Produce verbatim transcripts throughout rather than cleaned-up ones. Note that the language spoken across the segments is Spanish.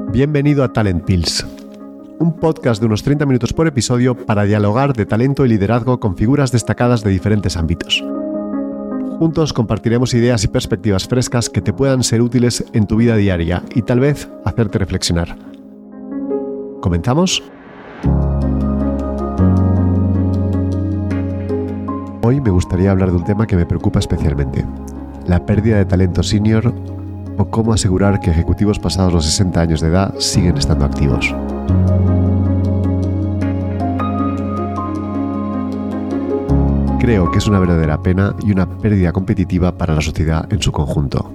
Bienvenido a Talent Pills, un podcast de unos treinta minutos por episodio para dialogar de talento y liderazgo con figuras destacadas de diferentes ámbitos. Juntos compartiremos ideas y perspectivas frescas que te puedan ser útiles en tu vida diaria y tal vez hacerte reflexionar. ¿Comenzamos? Hoy me gustaría hablar de un tema que me preocupa especialmente: la pérdida de talento senior o cómo asegurar que ejecutivos pasados los sesenta años de edad siguen estando activos. Creo que es una verdadera pena y una pérdida competitiva para la sociedad en su conjunto.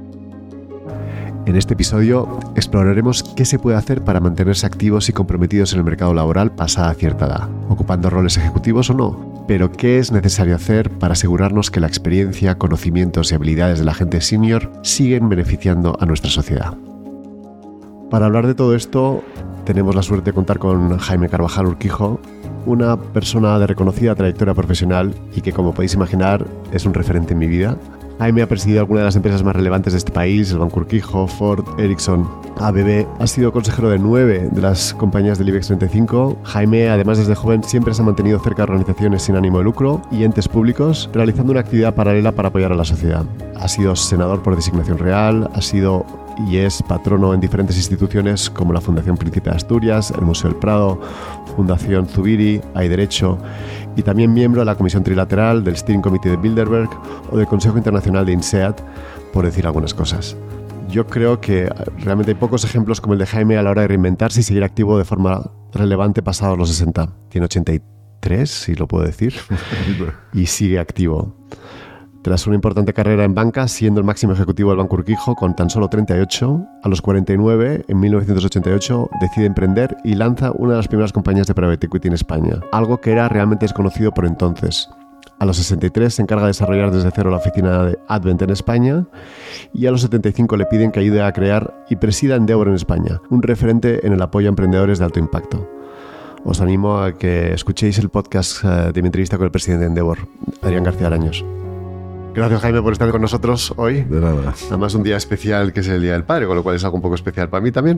En este episodio exploraremos qué se puede hacer para mantenerse activos y comprometidos en el mercado laboral pasada cierta edad, ocupando roles ejecutivos o no, pero qué es necesario hacer para asegurarnos que la experiencia, conocimientos y habilidades de la gente senior siguen beneficiando a nuestra sociedad. Para hablar de todo esto, tenemos la suerte de contar con Jaime Carvajal Urquijo, una persona de reconocida trayectoria profesional y que, como podéis imaginar, es un referente en mi vida. Jaime ha presidido algunas de las empresas más relevantes de este país: el Banco Urquijo, Ford, Ericsson, A B B. Ha sido consejero de nueve de las compañías del IBEX treinta y cinco. Jaime, además, desde joven siempre se ha mantenido cerca de organizaciones sin ánimo de lucro y entes públicos, realizando una actividad paralela para apoyar a la sociedad. Ha sido senador por designación real, ha sido y es patrono en diferentes instituciones como la Fundación Príncipe de Asturias, el Museo del Prado, Fundación Zubiri, Hay Derecho, y también miembro de la Comisión Trilateral, del Steering Committee de Bilderberg o del Consejo Internacional de INSEAD, por decir algunas cosas. Yo creo que realmente hay pocos ejemplos como el de Jaime a la hora de reinventarse y seguir activo de forma relevante pasados los sesenta. Tiene ochenta y tres, si lo puedo decir, y sigue activo. Tras una importante carrera en banca, siendo el máximo ejecutivo del Banco Urquijo con tan solo treinta y ocho, a los cuarenta y nueve, en mil novecientos ochenta y ocho, decide emprender y lanza una de las primeras compañías de private equity en España, algo que era realmente desconocido por entonces. A los sesenta y tres se encarga de desarrollar desde cero la oficina de Advent en España y a los setenta y cinco le piden que ayude a crear y presida Endeavor en España, un referente en el apoyo a emprendedores de alto impacto. Os animo a que escuchéis el podcast de mi entrevista con el presidente de Endeavor, Adrián García Araños. Gracias, Jaime, por estar con nosotros hoy. De nada. Además, un día especial que es el Día del Padre, con lo cual es algo un poco especial para mí también.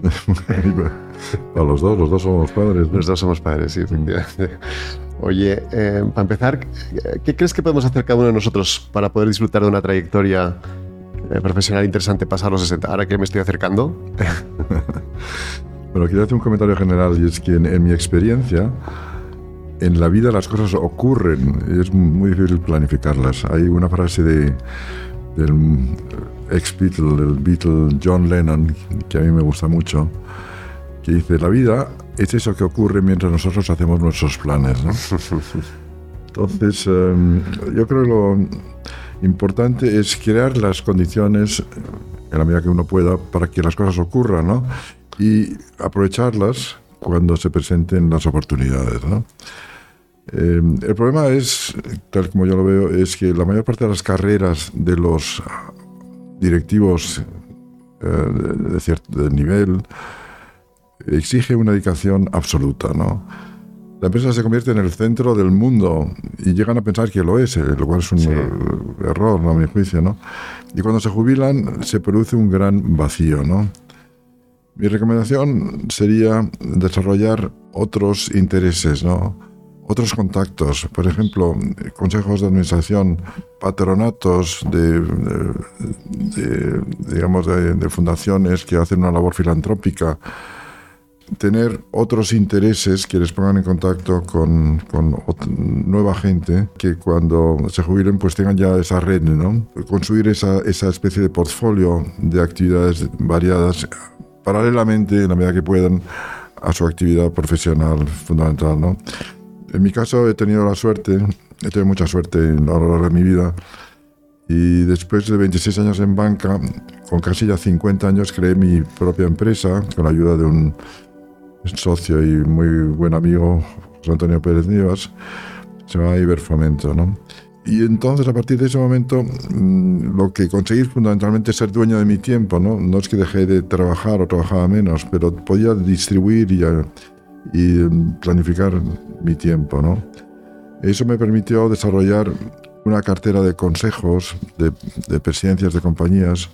A los dos, los dos somos padres, ¿no? Los dos somos padres, sí, efectivamente. Oye, eh, para empezar, ¿qué crees que podemos hacer cada uno de nosotros para poder disfrutar de una trayectoria eh, profesional interesante pasar los sesenta? Ahora que me estoy acercando. Bueno, quiero hacer un comentario general, y es que en, en mi experiencia, en la vida las cosas ocurren y es muy difícil planificarlas. Hay una frase de, del ex-Beatle, del Beatle John Lennon, que a mí me gusta mucho, que dice: la vida es eso que ocurre mientras nosotros hacemos nuestros planes, ¿no? Entonces, um, yo creo que lo importante es crear las condiciones, en la medida que uno pueda, para que las cosas ocurran, ¿no? Y aprovecharlas cuando se presenten las oportunidades, ¿no? Eh, el problema es, tal como yo lo veo, es que la mayor parte de las carreras de los directivos eh, de, de cierto de nivel exige una dedicación absoluta, ¿no? La empresa se convierte en el centro del mundo y llegan a pensar que lo es, lo cual es un sí. error, ¿no? A mi juicio, ¿no? Y cuando se jubilan se produce un gran vacío, ¿no? Mi recomendación sería desarrollar otros intereses, ¿no? Otros contactos, por ejemplo, consejos de administración, patronatos de, de, de digamos, de, de fundaciones que hacen una labor filantrópica, tener otros intereses que les pongan en contacto con, con ot- nueva gente que cuando se jubilen pues tengan ya esa red, ¿no? Construir esa, esa especie de portfolio de actividades variadas paralelamente, en la medida que puedan, a su actividad profesional fundamental, ¿no? En mi caso he tenido la suerte, he tenido mucha suerte a lo largo de mi vida, y después de veintiséis años en banca, con casi ya cincuenta años, creé mi propia empresa con la ayuda de un socio y muy buen amigo, José Antonio Pérez Nivas, se llama Iberfomento, ¿no? Y entonces, a partir de ese momento, mmm, lo que conseguí fundamentalmente es ser dueño de mi tiempo, ¿no? No es que dejé de trabajar o trabajaba menos, pero podía distribuir y, y planificar mi tiempo, ¿no? Eso me permitió desarrollar una cartera de consejos, de, de presidencias de compañías,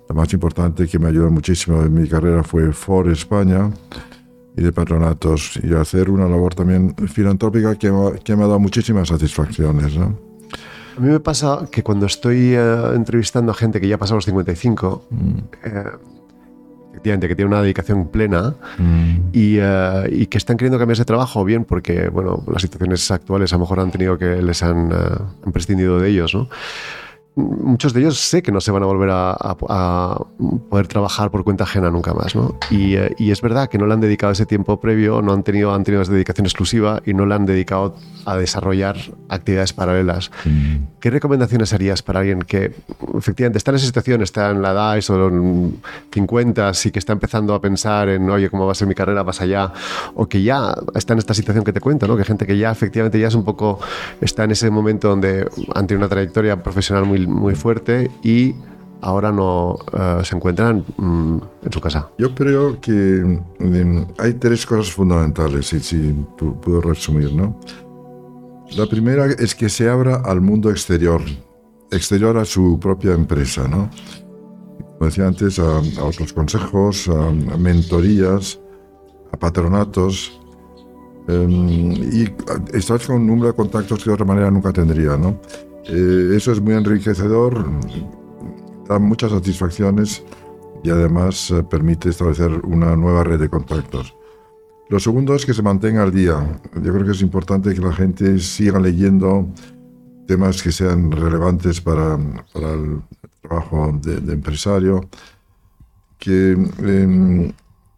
La más importante, que me ayudó muchísimo en mi carrera, fue Ford España, y de patronatos, y hacer una labor también filantrópica que, que me ha dado muchísimas satisfacciones, ¿no? A mí me pasa que cuando estoy uh, entrevistando a gente que ya ha pasado los cincuenta y cinco, mm. eh, efectivamente, que tiene una dedicación plena mm. y, uh, y que están queriendo cambiar de trabajo, bien porque bueno, las situaciones actuales a lo mejor han tenido que les han, uh, han prescindido de ellos, ¿no? Muchos de ellos sé que no se van a volver a, a, a poder trabajar por cuenta ajena nunca más, ¿no? Y, eh, y es verdad que no le han dedicado ese tiempo previo, no han tenido, han tenido esa dedicación exclusiva y no le han dedicado a desarrollar actividades paralelas. Mm. ¿Qué recomendaciones harías para alguien que efectivamente está en esa situación, está en la edad, eso, en cincuenta, y que está empezando a pensar en, oye, ¿cómo va a ser mi carrera más allá? O que ya está en esta situación que te cuento, ¿no? Que gente que ya efectivamente ya es un poco, está en ese momento donde han tenido una trayectoria profesional muy muy fuerte y ahora no uh, se encuentran um, en su casa. Yo creo que um, hay tres cosas fundamentales, si, si puedo resumir, ¿no? La primera es que se abra al mundo exterior, exterior a su propia empresa, ¿no? Como decía antes, a, a otros consejos, a, a mentorías, a patronatos, um, y estar con un número de contactos que de otra manera nunca tendría, ¿no? Eh, eso es muy enriquecedor, da muchas satisfacciones y además eh, permite establecer una nueva red de contactos. Lo segundo es que se mantenga al día. Yo creo que es importante que la gente siga leyendo temas que sean relevantes para, para el trabajo de, de empresario, que eh,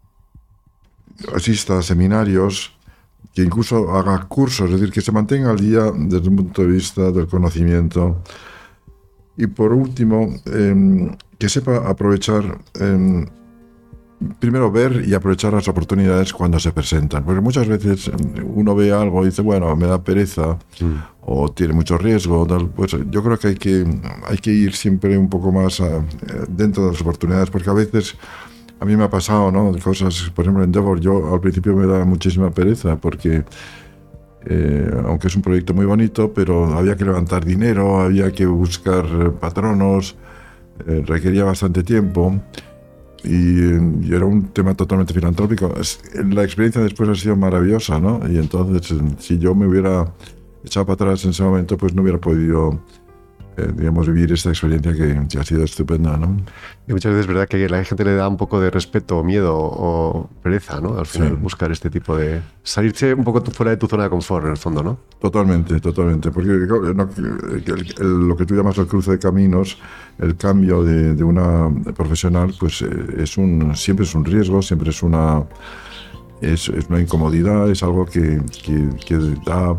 asista a seminarios, que incluso haga cursos, es decir, que se mantenga al día desde un punto de vista del conocimiento. Y por último, eh, que sepa aprovechar, eh, primero ver y aprovechar las oportunidades cuando se presentan. Porque muchas veces uno ve algo y dice, bueno, me da pereza, mm. o tiene mucho riesgo, tal. Pues yo creo que hay que, hay que ir siempre un poco más a, dentro de las oportunidades, porque a veces... A mí me ha pasado, ¿no? Cosas, por ejemplo, en Endeavor, yo al principio me daba muchísima pereza porque, eh, aunque es un proyecto muy bonito, pero había que levantar dinero, había que buscar patronos, eh, requería bastante tiempo y, y era un tema totalmente filantrópico. La experiencia después ha sido maravillosa, ¿no? Y entonces, si yo me hubiera echado para atrás en ese momento, pues no hubiera podido... Eh, digamos, vivir esta experiencia que, que ha sido estupenda, ¿no? Y muchas veces es verdad que a la gente le da un poco de respeto o miedo o pereza, ¿no? Al final, sí. Buscar este tipo de... salirse un poco fuera de tu zona de confort, en el fondo, ¿no? Totalmente, totalmente. Porque no, el, el, lo que tú llamas el cruce de caminos, el cambio de, de una profesional, pues es un, siempre es un riesgo, siempre es una... Es, es una incomodidad, es algo que, que, que da...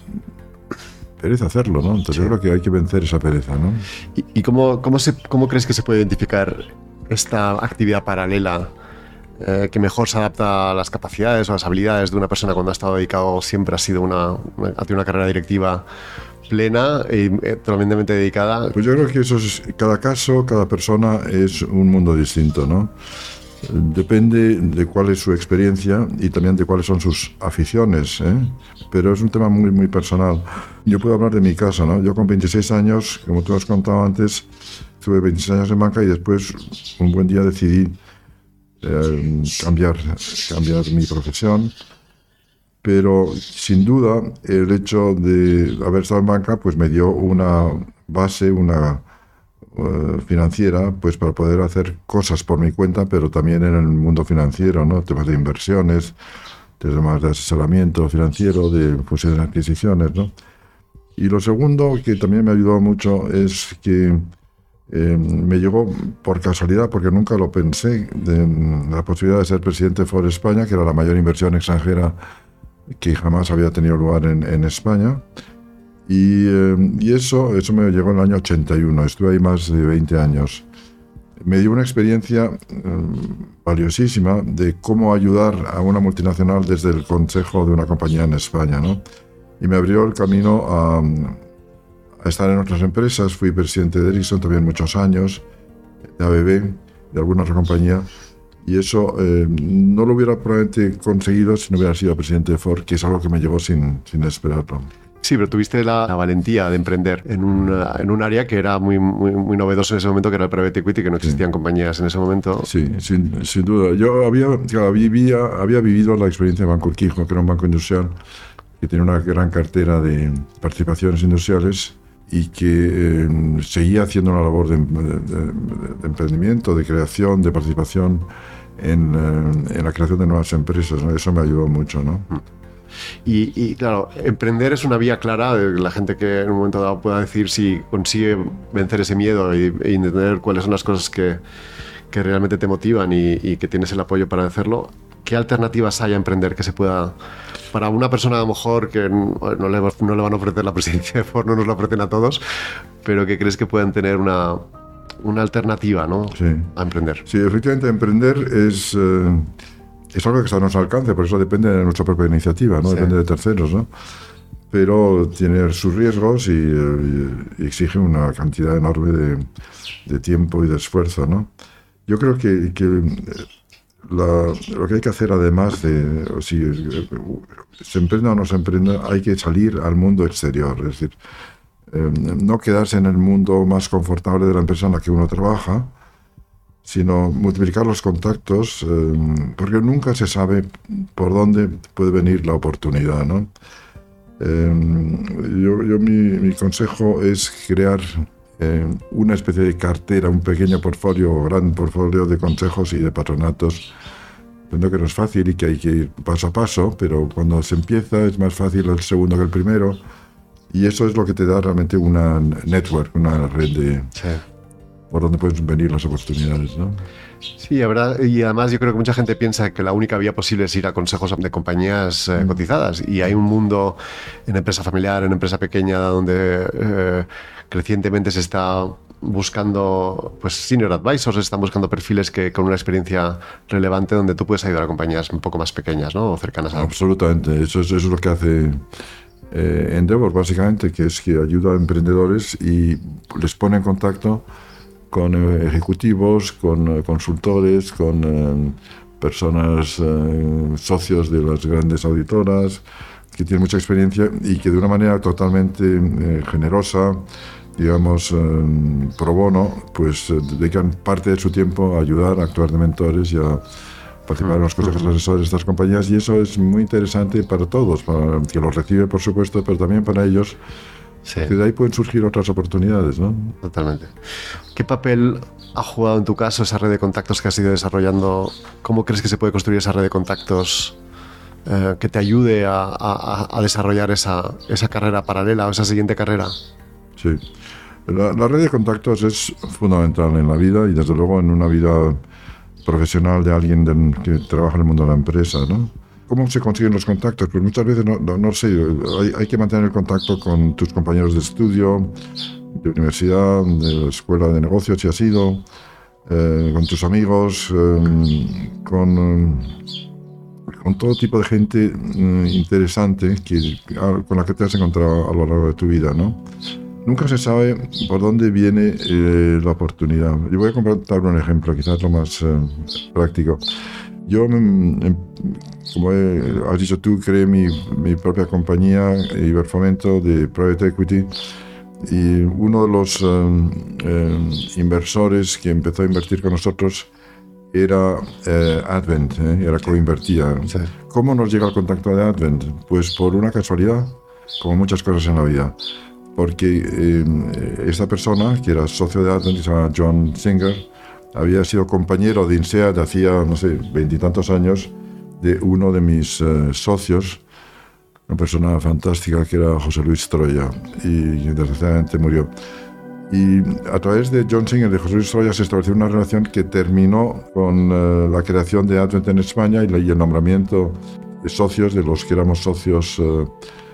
pereza hacerlo, ¿no? Entonces sí. Yo creo que hay que vencer esa pereza, ¿no? ¿Y, y cómo, cómo, se, cómo crees que se puede identificar esta actividad paralela eh, que mejor se adapta a las capacidades o a las habilidades de una persona cuando ha estado dedicado, siempre ha sido una, una, ha tenido una carrera directiva plena y eh, totalmente dedicada? Pues yo creo que eso es, cada caso, cada persona es un mundo distinto, ¿no? Depende de cuál es su experiencia y también de cuáles son sus aficiones, ¿eh? Pero es un tema muy, muy personal. Yo puedo hablar de mi caso, ¿no? Yo con veintiséis años, como tú has contado antes, tuve veintiséis años en banca y después un buen día decidí eh, cambiar, cambiar mi profesión. Pero sin duda el hecho de haber estado en banca pues me dio una base, una... financiera, pues para poder hacer cosas por mi cuenta, pero también en el mundo financiero, ¿no? Temas de inversiones, temas de asesoramiento financiero, de fusiones y adquisiciones, ¿no? Y lo segundo, que también me ayudó mucho, es que eh, me llegó por casualidad, porque nunca lo pensé, de, de la posibilidad de ser presidente de Ford España, que era la mayor inversión extranjera que jamás había tenido lugar en, en España. Y, eh, y eso, eso me llegó en el año ochenta y uno, estuve ahí más de veinte años. Me dio una experiencia eh, valiosísima de cómo ayudar a una multinacional desde el consejo de una compañía en España, ¿no? Y me abrió el camino a, a estar en otras empresas. Fui presidente de Ericsson también muchos años, de A B B, de alguna otra compañía. Y eso eh, no lo hubiera probablemente conseguido si no hubiera sido presidente de Ford, que es algo que me llegó sin, sin esperarlo. Sí, pero tuviste la, la valentía de emprender en un, en un área que era muy, muy, muy novedoso en ese momento, que era el private equity, que no existían sí. compañías en ese momento. Sí, sin, sin duda. Yo había, claro, vivía, había vivido la experiencia de Banco El Quijo, que era un banco industrial que tenía una gran cartera de participaciones industriales y que eh, seguía haciendo una labor de, de, de, de emprendimiento, de creación, de participación en, eh, en la creación de nuevas empresas, ¿no? Eso me ayudó mucho, ¿no? Y, y claro, emprender es una vía clara de la gente que en un momento dado pueda decir si consigue vencer ese miedo y, e entender cuáles son las cosas que, que realmente te motivan y, y que tienes el apoyo para hacerlo. ¿Qué alternativas hay a emprender que se pueda... Para una persona a lo mejor que no le, no le van a ofrecer la presidencia de Ford, no nos la ofrecen a todos, pero que crees que puedan tener una, una alternativa, ¿no? Sí. A emprender? Sí, efectivamente, emprender es... Eh... Es algo que está a nuestro alcance, por eso depende de nuestra propia iniciativa, no sí. depende de terceros, ¿no? Pero tiene sus riesgos y, y, y exige una cantidad enorme de, de tiempo y de esfuerzo, ¿no? Yo creo que, que la, lo que hay que hacer, además de si se emprenda o no se emprenda, hay que salir al mundo exterior, es decir, eh, no quedarse en el mundo más confortable de la empresa en la que uno trabaja, sino multiplicar los contactos, eh, porque nunca se sabe por dónde puede venir la oportunidad, ¿no? Eh, yo, yo mi, mi consejo es crear eh, una especie de cartera, un pequeño portfolio o gran portfolio de consejos y de patronatos. Entiendo que no es fácil y que hay que ir paso a paso, pero cuando se empieza es más fácil el segundo que el primero, y eso es lo que te da realmente una network, una red de... Sí. por donde pueden venir las oportunidades, ¿no? Sí, la verdad, y además yo creo que mucha gente piensa que la única vía posible es ir a consejos de compañías eh, mm. cotizadas, y hay un mundo en empresa familiar, en empresa pequeña, donde eh, crecientemente se está buscando, pues, senior advisors, están buscando perfiles que con una experiencia relevante donde tú puedes ayudar a compañías un poco más pequeñas, ¿no? O cercanas a... Absolutamente, eso es, eso es lo que hace... Eh, Endeavor, básicamente, que es que ayuda a emprendedores y les pone en contacto con ejecutivos, con consultores, con eh, personas, eh, socios de las grandes auditoras, que tienen mucha experiencia y que de una manera totalmente eh, generosa, digamos, eh, pro bono, pues eh, dedican parte de su tiempo a ayudar, a actuar de mentores y a participar en los consejos asesores de estas compañías, y eso es muy interesante para todos, para que los recibe, por supuesto, pero también para ellos. Sí. Que de ahí pueden surgir otras oportunidades, ¿no? Totalmente. ¿Qué papel ha jugado en tu caso esa red de contactos que has ido desarrollando? ¿Cómo crees que se puede construir esa red de contactos eh, que te ayude a, a, a desarrollar esa, esa carrera paralela o esa siguiente carrera? Sí. La, la red de contactos es fundamental en la vida y desde luego en una vida profesional de alguien de, que trabaja en el mundo de la empresa, ¿no? ¿Cómo se consiguen los contactos? Pues muchas veces, no, no, no sé, hay, hay que mantener el contacto con tus compañeros de estudio, de universidad, de la escuela de negocios, si has ido, eh, con tus amigos, eh, con, con todo tipo de gente eh, interesante que, con la que te has encontrado a lo largo de tu vida, ¿no? Nunca se sabe por dónde viene eh, la oportunidad. Yo voy a contar un ejemplo, quizás lo más eh, práctico. Yo, como has dicho tú, creé mi, mi propia compañía, Iberfomento, de Private Equity, y uno de los eh, eh, inversores que empezó a invertir con nosotros era eh, Advent, eh, era coinvertía. Sí. ¿Cómo nos llega el contacto de Advent? Pues por una casualidad, como muchas cosas en la vida. Porque eh, esta persona, que era socio de Advent, se llama John Singer, había sido compañero de INSEAD hacía, no sé, veintitantos años, de uno de mis eh, socios, una persona fantástica que era José Luis Troya, y desgraciadamente murió. Y a través de John Singer y de José Luis Troya se estableció una relación que terminó con eh, la creación de Advent en España y, la, y el nombramiento de socios, de los que éramos socios eh,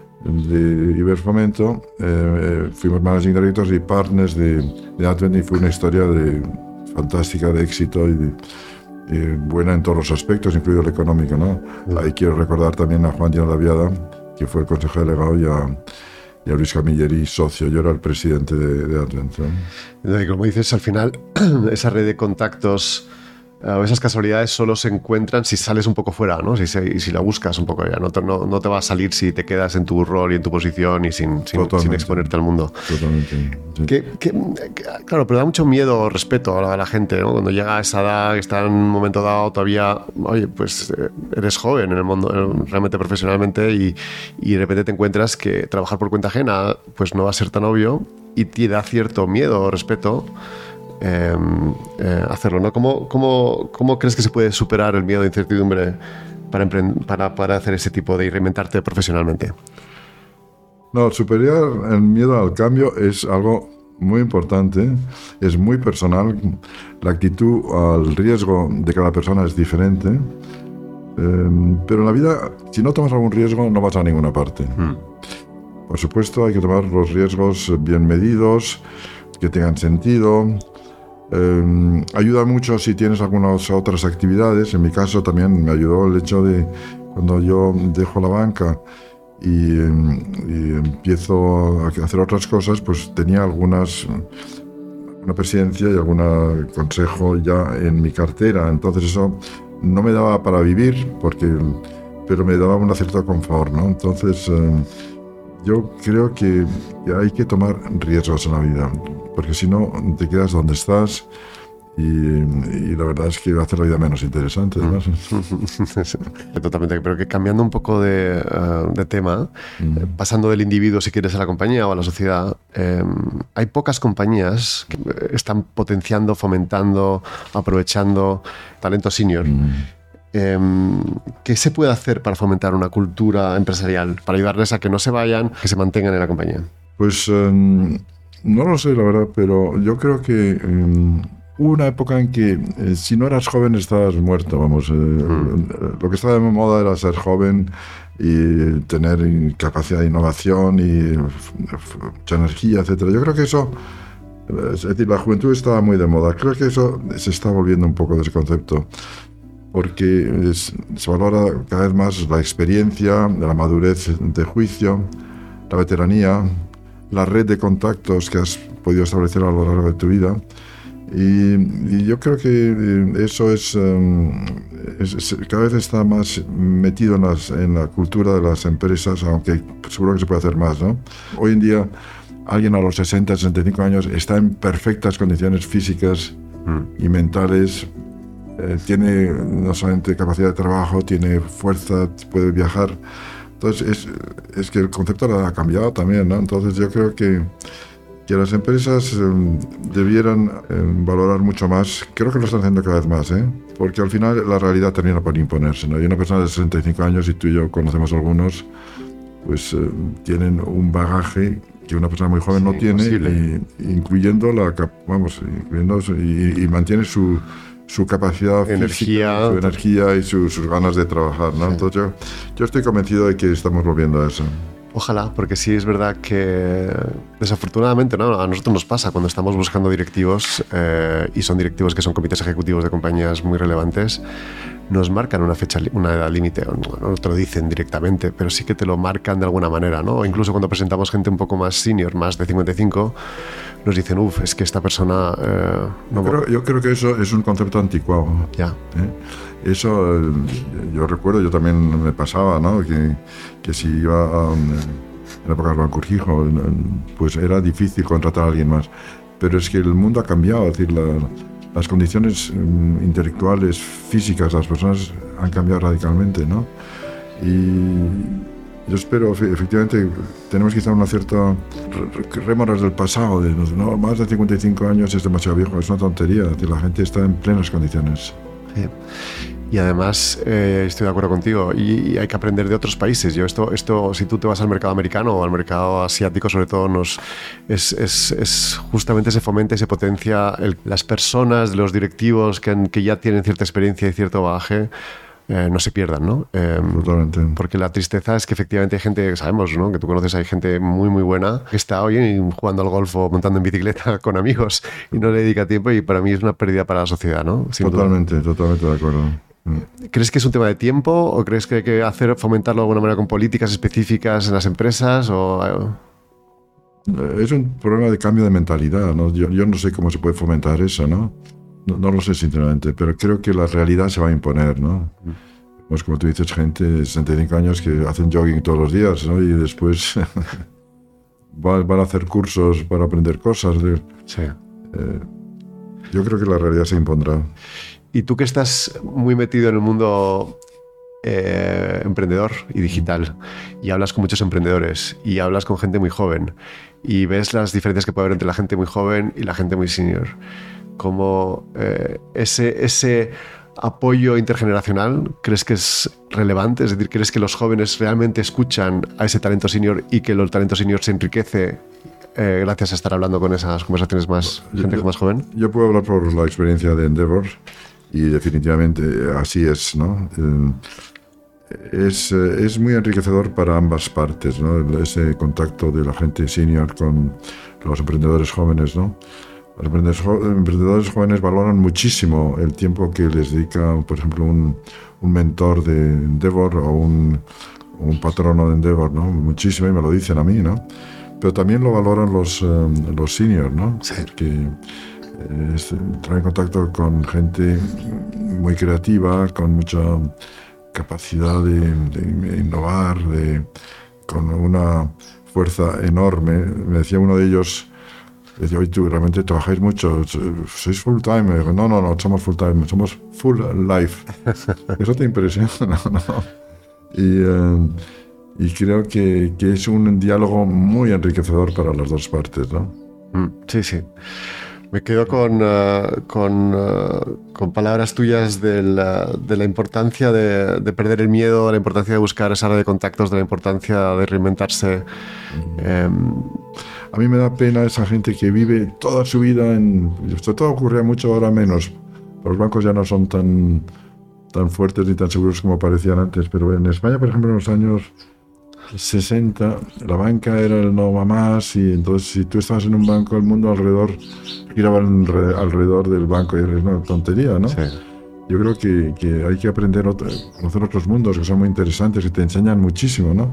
de Iberfomento. Eh, fuimos managing directors y partners de, de Advent, y fue una historia de... fantástica, de éxito y, de, y buena en todos los aspectos, incluido el económico, ¿no? Sí. Ahí quiero recordar también a Juan Díaz Laviada, que fue el consejero delegado, y a, y a Luis Camilleri, socio. Yo era el presidente de, de Advent, ¿no? Como dices, al final, esa red de contactos uh, esas casualidades solo se encuentran si sales un poco fuera, ¿no? Si, si, si la buscas un poco ya. No te, no, no te va a salir si te quedas en tu rol y en tu posición y sin, sin, sin exponerte al mundo. Totalmente. Sí. Que, que, que, claro, pero da mucho miedo o respeto a la, a la gente, ¿no? Cuando llega a esa edad, que está en un momento dado todavía, oye, pues eh, eres joven en el mundo, realmente profesionalmente, y, y de repente te encuentras que trabajar por cuenta ajena pues no va a ser tan obvio y te da cierto miedo o respeto eh, eh, hacerlo, ¿no? ¿Cómo, cómo, ¿Cómo crees que se puede superar el miedo de incertidumbre para, para, para hacer ese tipo de reinventarte profesionalmente? No, superar el miedo al cambio es algo muy importante, es muy personal. La actitud al riesgo de cada persona es diferente, eh, pero en la vida, si no tomas algún riesgo, no vas a ninguna parte. Mm. Por supuesto, hay que tomar los riesgos bien medidos, que tengan sentido. Eh, ayuda mucho si tienes algunas otras actividades. En mi caso también me ayudó el hecho de cuando yo dejo la banca y, y empiezo a hacer otras cosas, pues tenía algunas, una presidencia y algún consejo ya en mi cartera. Entonces eso no me daba para vivir, porque, pero me daba un cierto confort, ¿no? Entonces eh, yo creo que, que hay que tomar riesgos en la vida, porque si no te quedas donde estás y, y la verdad es que va a hacer la vida menos interesante, además. Totalmente, pero que cambiando un poco de, uh, de tema, mm. eh, pasando del individuo, si quieres, a la compañía o a la sociedad, eh, hay pocas compañías que están potenciando, fomentando, aprovechando talento senior. Mm. Eh, ¿Qué se puede hacer para fomentar una cultura empresarial, para ayudarles a que no se vayan, que se mantengan en la compañía? Pues eh, no lo sé, la verdad, pero yo creo que eh, hubo una época en que eh, si no eras joven estabas muerto, vamos. Eh, mm. Lo que estaba de moda era ser joven y tener capacidad de innovación y mucha energía, etcétera. Yo creo que eso, es decir, la juventud estaba muy de moda. Creo que eso se está volviendo un poco de ese concepto, porque es, se valora cada vez más la experiencia, la madurez de juicio, la veteranía, la red de contactos que has podido establecer a lo largo de tu vida. Y, y yo creo que eso es, um, es, es cada vez está más metido en, las, en la cultura de las empresas, aunque seguro que se puede hacer más, ¿no? Hoy en día alguien a los sesenta, sesenta y cinco años está en perfectas condiciones físicas mm. y mentales. Eh, tiene no solamente capacidad de trabajo, tiene fuerza, puede viajar. Entonces es, es que el concepto ha cambiado también, ¿no? Entonces yo creo que, que las empresas eh, debieran eh, valorar mucho más. Creo que lo están haciendo cada vez más, ¿eh? Porque al final la realidad termina por imponerse, ¿no? Hay una persona de sesenta y cinco años, y tú y yo conocemos algunos, pues eh, tienen un bagaje que una persona muy joven sí, no tiene, y, incluyendo la, vamos, incluyendo y, y mantiene su su capacidad energía, física, su energía y su, sus ganas de trabajar, ¿no? Sí. Entonces yo, yo estoy convencido de que estamos volviendo a eso. Ojalá, porque sí es verdad que desafortunadamente, ¿no? A nosotros nos pasa cuando estamos buscando directivos eh, y son directivos que son comités ejecutivos de compañías muy relevantes, nos marcan una fecha, una edad límite, no te lo dicen directamente, pero sí que te lo marcan de alguna manera, ¿no? O incluso cuando presentamos gente un poco más senior, más de cincuenta y cinco, nos dicen, uff, es que esta persona... Eh, no yo, creo, yo creo que eso es un concepto anticuado. Ya. ¿Eh? Eso, eh, yo recuerdo, yo también me pasaba, ¿no? Que, que si iba a, en la época de Bancurquijo, pues era difícil contratar a alguien más. Pero es que el mundo ha cambiado, es decir, la, las condiciones intelectuales, físicas de las personas han cambiado radicalmente, ¿no? Y yo espero, efectivamente, tenemos quizá una cierta rémoras del pasado, de no, más de cincuenta y cinco años es demasiado viejo, es una tontería, es decir, la gente está en plenas condiciones. Sí. Y además eh, estoy de acuerdo contigo, y, y hay que aprender de otros países. Yo esto, esto, si tú te vas al mercado americano o al mercado asiático, sobre todo, nos, es, es, es justamente se fomenta y se potencia el, las personas, los directivos que, que ya tienen cierta experiencia y cierto bagaje, eh, no se pierdan, ¿no? Eh, Totalmente. Porque la tristeza es que efectivamente hay gente, sabemos, ¿no? Que tú conoces, hay gente muy, muy buena que está hoy jugando al golf o montando en bicicleta con amigos y no le dedica tiempo, y para mí es una pérdida para la sociedad, ¿no? Sin totalmente, duda. Totalmente de acuerdo. ¿Crees que es un tema de tiempo o crees que hay que hacer, fomentarlo de alguna manera con políticas específicas en las empresas? O... Es un problema de cambio de mentalidad, ¿no? Yo, yo no sé cómo se puede fomentar eso, ¿no? No, no lo sé sinceramente, pero creo que la realidad se va a imponer, ¿no? Pues como tú dices, gente de sesenta y cinco años que hacen jogging todos los días, ¿no? Y después van, van a hacer cursos para aprender cosas. De, Sí. eh, yo creo que la realidad se impondrá. Y tú que estás muy metido en el mundo eh, emprendedor y digital, y hablas con muchos emprendedores, y hablas con gente muy joven, y ves las diferencias que puede haber entre la gente muy joven y la gente muy senior, como eh, ese, ese apoyo intergeneracional, ¿crees que es relevante? Es decir, ¿crees que los jóvenes realmente escuchan a ese talento senior y que el talento senior se enriquece eh, gracias a estar hablando con esas conversaciones más gente yo, más joven? Yo puedo hablar por la experiencia de Endeavor y definitivamente así es, ¿no? Es, es muy enriquecedor para ambas partes, ¿no? Ese contacto de la gente senior con los emprendedores jóvenes, ¿no? Los emprendedores jóvenes valoran muchísimo el tiempo que les dedica, por ejemplo, un, un mentor de Endeavor o un, un patrono de Endeavor, ¿no? Muchísimo, y me lo dicen a mí, ¿no? Pero también lo valoran los, um, los seniors, ¿no? Sí. Porque eh, entrar en contacto con gente muy creativa, con mucha capacidad de, de innovar, de, con una fuerza enorme. Me decía uno de ellos, decía, oye, tú realmente trabajáis mucho, sois full time. Me digo, no, no, no, somos full time, somos full life. ¿Eso te impresiona? No, no. Y, uh, y creo que, que es un diálogo muy enriquecedor para las dos partes, ¿no? Mm, sí, sí. Me quedo con, uh, con, uh, con palabras tuyas de la, de la importancia de, de perder el miedo, de la importancia de buscar esa red de contactos, de la importancia de reinventarse. Mm. Um, A mí me da pena esa gente que vive toda su vida en... Esto todo ocurría mucho, ahora menos. Los bancos ya no son tan, tan fuertes ni tan seguros como parecían antes, pero en España, por ejemplo, en los años sesenta, la banca era el no va más, y entonces si tú estabas en un banco, el mundo alrededor giraba alrededor del banco, y es una tontería, ¿no? Sí. Yo creo que, que hay que aprender a conocer otros mundos que son muy interesantes y te enseñan muchísimo, ¿no?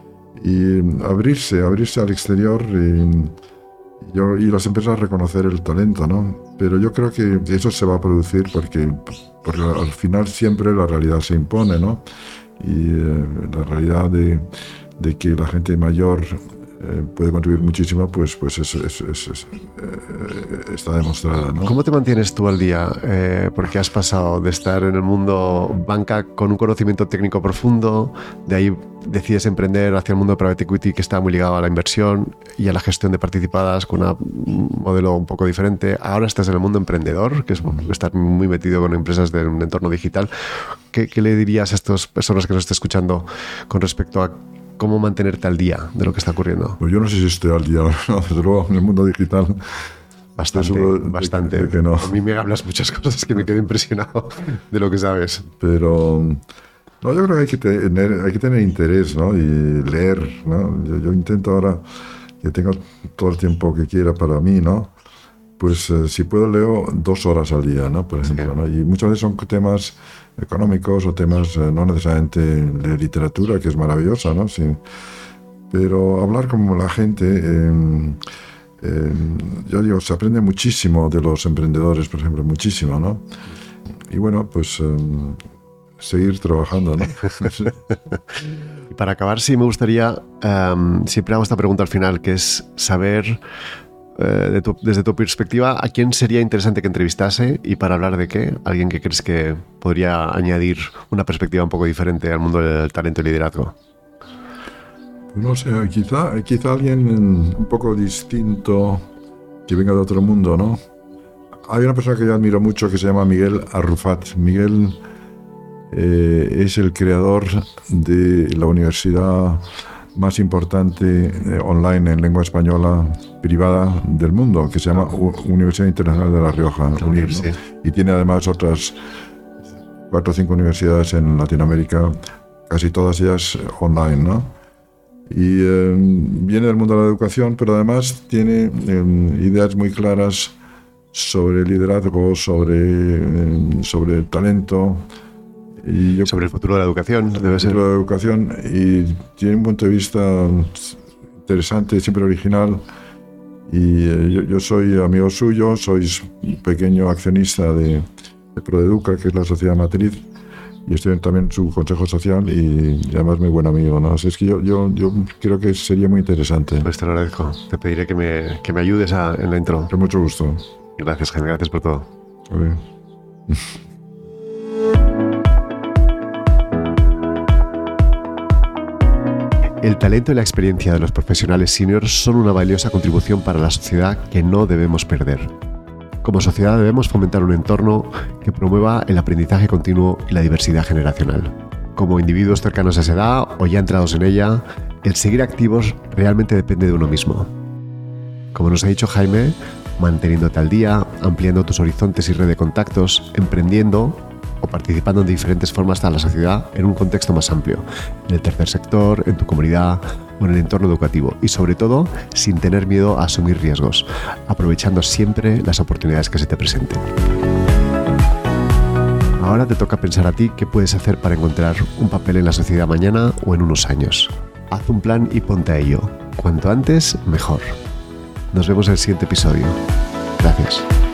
Y abrirse, abrirse al exterior y, yo, y las empresas reconocer el talento, ¿no? Pero yo creo que eso se va a producir porque, porque al final siempre la realidad se impone, ¿no? Y eh, la realidad de, de que la gente mayor eh, puede contribuir muchísimo, pues, pues es, es, es, es, eh, está demostrada, ¿no? ¿Cómo te mantienes tú al día? Eh, porque has pasado de estar en el mundo banca con un conocimiento técnico profundo, de ahí decides emprender hacia el mundo de private equity, que está muy ligado a la inversión y a la gestión de participadas con una, un modelo un poco diferente. Ahora estás en el mundo emprendedor, que es estar muy metido con empresas de un entorno digital. ¿Qué, qué le dirías a estas personas que nos estén escuchando con respecto a cómo mantenerte al día de lo que está ocurriendo? Pues yo no sé si estoy al día, no, desde luego, en el mundo digital. Bastante, de, bastante. De, de que no. A mí me hablas muchas cosas que me quedo impresionado de lo que sabes. Pero no, yo creo que hay que tener, hay que tener interés, ¿no? Y leer, ¿no? Yo, yo intento ahora que tenga todo el tiempo que quiera para mí, ¿no? Pues eh, si puedo leo dos horas al día, ¿no? Por ejemplo, sí. ¿no? Y muchas veces son temas económicos o temas eh, no necesariamente de literatura, que es maravillosa, ¿no? Sí. Pero hablar como la gente, eh, eh, yo digo, se aprende muchísimo de los emprendedores, por ejemplo, muchísimo, ¿no? Y bueno, pues eh, seguir trabajando, ¿no? Y para acabar, sí me gustaría, um, siempre hago esta pregunta al final, que es saber, eh, de tu, desde tu perspectiva, a quién sería interesante que entrevistase y para hablar de qué, alguien que crees que podría añadir una perspectiva un poco diferente al mundo del talento y liderazgo. No sé, quizá, quizá alguien un poco distinto, que venga de otro mundo, ¿no? Hay una persona que yo admiro mucho que se llama Miguel Arrufat. Miguel eh, es el creador de la universidad más importante eh, online en lengua española privada del mundo, que se llama U- Universidad Internacional de La Rioja, UNIR, ¿no? Y tiene además otras cuatro o cinco universidades en Latinoamérica, casi todas ellas online, ¿no? Y eh, viene del mundo de la educación, pero además tiene eh, ideas muy claras sobre liderazgo, sobre, eh, sobre talento. Y yo, sobre el futuro de la educación, debe ser. El futuro de la educación, y tiene un punto de vista interesante, siempre original. Y eh, yo, yo soy amigo suyo, soy un pequeño accionista de, de Proeduca, que es la sociedad matriz, y estoy también en su consejo social y, y además muy buen amigo, ¿no? Así es que yo, yo, yo creo que sería muy interesante. Pues te lo agradezco. Te pediré que me, que me ayudes a, en la intro. Con mucho gusto. Gracias, Jaime. Gracias por todo. Vale. El talento y la experiencia de los profesionales seniors son una valiosa contribución para la sociedad que no debemos perder. Como sociedad debemos fomentar un entorno que promueva el aprendizaje continuo y la diversidad generacional. Como individuos cercanos a esa edad o ya entrados en ella, el seguir activos realmente depende de uno mismo. Como nos ha dicho Jaime, manteniéndote al día, ampliando tus horizontes y red de contactos, emprendiendo o participando de diferentes formas a la sociedad en un contexto más amplio, en el tercer sector, en tu comunidad o en el entorno educativo, y sobre todo sin tener miedo a asumir riesgos, aprovechando siempre las oportunidades que se te presenten. Ahora te toca pensar a ti qué puedes hacer para encontrar un papel en la sociedad mañana o en unos años. Haz un plan y ponte a ello. Cuanto antes, mejor. Nos vemos en el siguiente episodio. Gracias.